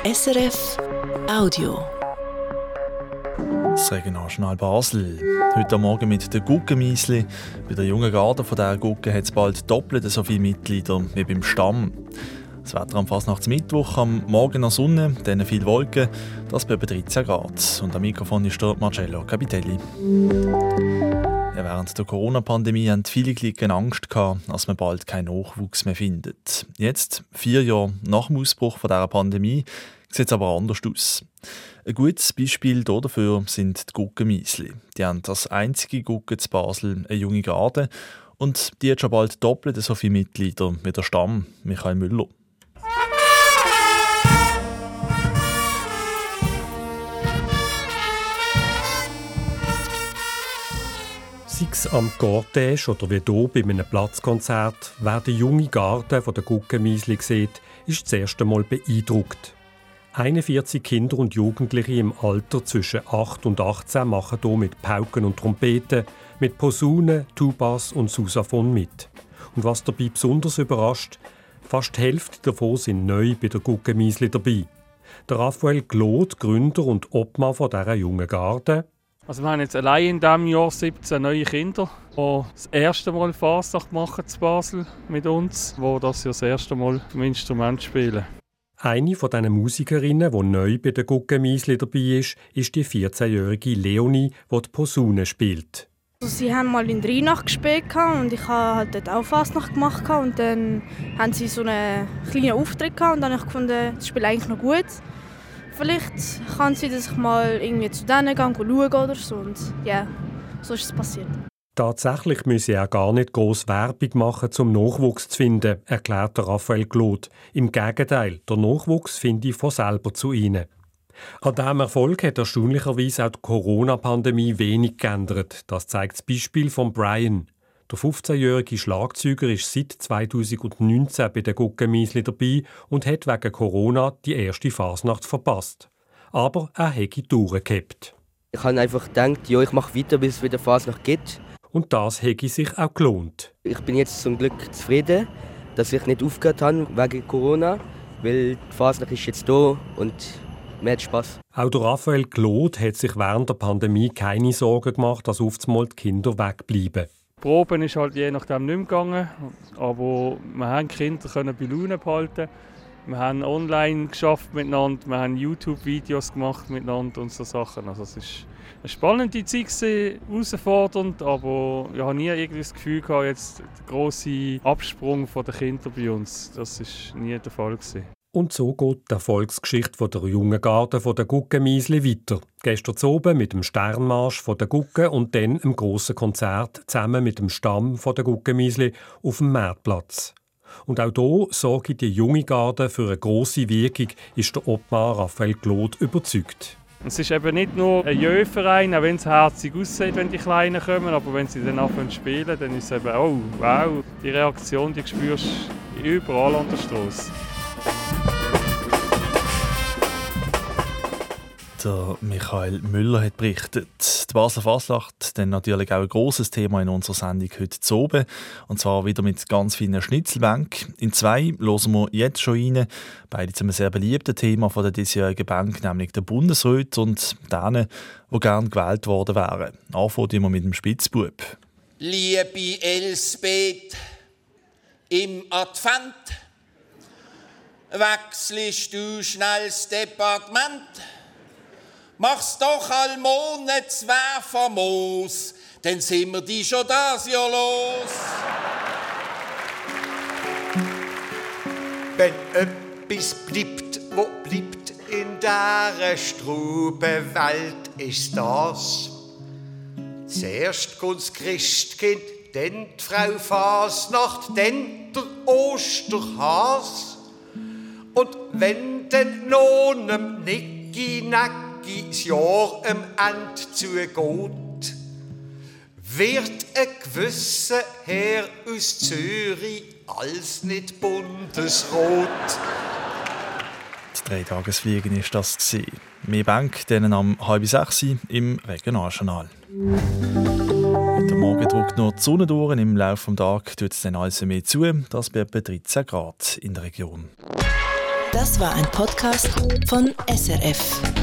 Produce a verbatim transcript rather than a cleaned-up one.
S R F Audio. Das Regionaljournal Basel. Heute Morgen mit den Guggenmiesli. Bei der jungen Garde von dieser Guggen hat es bald doppelt so viele Mitglieder wie beim Stamm. Das Wetter am Fasnachtsmittwoch, am Morgen noch Sonne, dann viele Wolken, das bei etwa dreizehn Grad. Und am Mikrofon ist der Marcello Capitelli. Ja, während der Corona-Pandemie hatten viele Klicken Angst gehabt, dass man bald keinen Nachwuchs mehr findet. Jetzt, vier Jahre nach dem Ausbruch von dieser Pandemie, sieht es aber anders aus. Ein gutes Beispiel dafür sind die Guggenmiesli. Die haben als einzige Guggen zu Basel eine junge Garde und die hat schon bald doppelt so viele Mitglieder wie der Stamm, Michael Müller. Sei es am Cortège oder wie hier bei einem Platzkonzert, wer die junge Garde der Guggenmiesli sieht, ist das erste Mal beeindruckt. einundvierzig Kinder und Jugendliche im Alter zwischen acht und achtzehn machen hier mit Pauken und Trompeten, mit Posaunen, Tubas und Sousaphon mit. Und was dabei besonders überrascht, fast die Hälfte davon sind neu bei der Guggenmiesli dabei. Der Raphael Glod, Gründer und Obmann von dieser jungen Garde. Also wir haben jetzt allein in diesem Jahr siebzehn neue Kinder, die das erste Mal Fasnacht machen zu Basel mit uns, die das ja das erste Mal im Instrument spielen. Eine von diesen Musikerinnen, die neu bei der Guggenmiesli dabei ist, ist die vierzehnjährige Leonie, die die Posaune spielt. Also sie haben mal in Rheinach gespielt und ich habe halt dort auch Fasnacht gemacht und dann haben sie so einen kleinen Auftritt und dann habe ich gefunden, das spielt eigentlich noch gut. Vielleicht kann sie, dass ich mal irgendwie zu denen gehen und schauen oder so. Und ja, so ist es passiert. Tatsächlich müsse er gar nicht gross Werbung machen, um Nachwuchs zu finden, erklärt der Raphael Glod. Im Gegenteil, der Nachwuchs finde ich von selber zu ihnen. An diesem Erfolg hat erstaunlicherweise auch die Corona-Pandemie wenig geändert. Das zeigt das Beispiel von Brian. Der fünfzehnjährige Schlagzeuger ist seit zweitausendneunzehn bei der Guggenmiesli dabei und hat wegen Corona die erste Fasnacht verpasst. Aber er hätte durchgehabt. Ich habe einfach gedacht, ja, ich mache weiter, bis es wieder Fasnacht gibt. Und das hätte sich auch gelohnt. Ich bin jetzt zum Glück zufrieden, dass ich nicht aufgehört habe wegen Corona, weil die Fasnacht ist jetzt da und mir hat Spass. Auch der Raphael Glod hat sich während der Pandemie keine Sorgen gemacht, dass auf einmal die Kinder wegbleiben. Die Proben ist halt je nachdem nicht mehr gegangen, aber wir haben die Kinder bei Laune behalten. Wir haben online geschafft miteinander, wir haben YouTube-Videos gemacht miteinander und so Sachen. Also es ist eine spannende Zeit, herausfordernd, aber ich habe nie irgendwie das Gefühl gehabt, jetzt der grosse Absprung der Kinder bei uns. Das war nie der Fall gewesen. Und so geht die Erfolgsgeschichte der jungen Garde der Guggenmiesli weiter. Gestern oben mit dem Sternmarsch der Guggen und dann im grossen Konzert zusammen mit dem Stamm der Guggenmiesli auf dem Marktplatz. Und auch hier sorge die junge Garde für eine grosse Wirkung, ist der Obmann Raphael Glod überzeugt. Es ist eben nicht nur ein Jö-Verein, auch wenn es herzig aussieht, wenn die Kleinen kommen, aber wenn sie dann anfangen zu spielen, dann ist es eben, oh, wow, die Reaktion, die spürst du überall an der Strasse. Der Michael Müller hat berichtet. Die Basler Fasnacht dann natürlich auch ein grosses Thema in unserer Sendung heute zu oben. Und zwar wieder mit ganz vielen Schnitzelbänken. In zwei hören wir jetzt schon rein. Beide zu einem sehr beliebten Thema von der diesjährigen Bank, nämlich der Bundesrat und denen, die gerne gewählt worden wären. Anfangen wir mit dem Spitzbub. Liebe Elsbeth, im Advent wechselst du schnell das Departement. Mach's doch all Monat zwei famos, dann sind wir die schon das Jahr los. Wenn etwas bleibt, wo bleibt in dieser Strube Welt, ist das. Zuerst kommt das Christkind, dann die Frau Fasnacht, dann der Osterhas. Und wenn dann noch einem Nicki-Nack das Jahr am Ende zugeht, wird ein gewisser Herr aus Zürich als nicht bundesrot. Das Dreitagesfliegen war das. Mehr Bank denen am halb sechs im Regionaljournal. Heute Morgen drückt noch die Sonne durch. Im Laufe des Tages tut es dann alles mehr zu. Das bei etwa dreizehn Grad in der Region. Das war ein Podcast von S R F.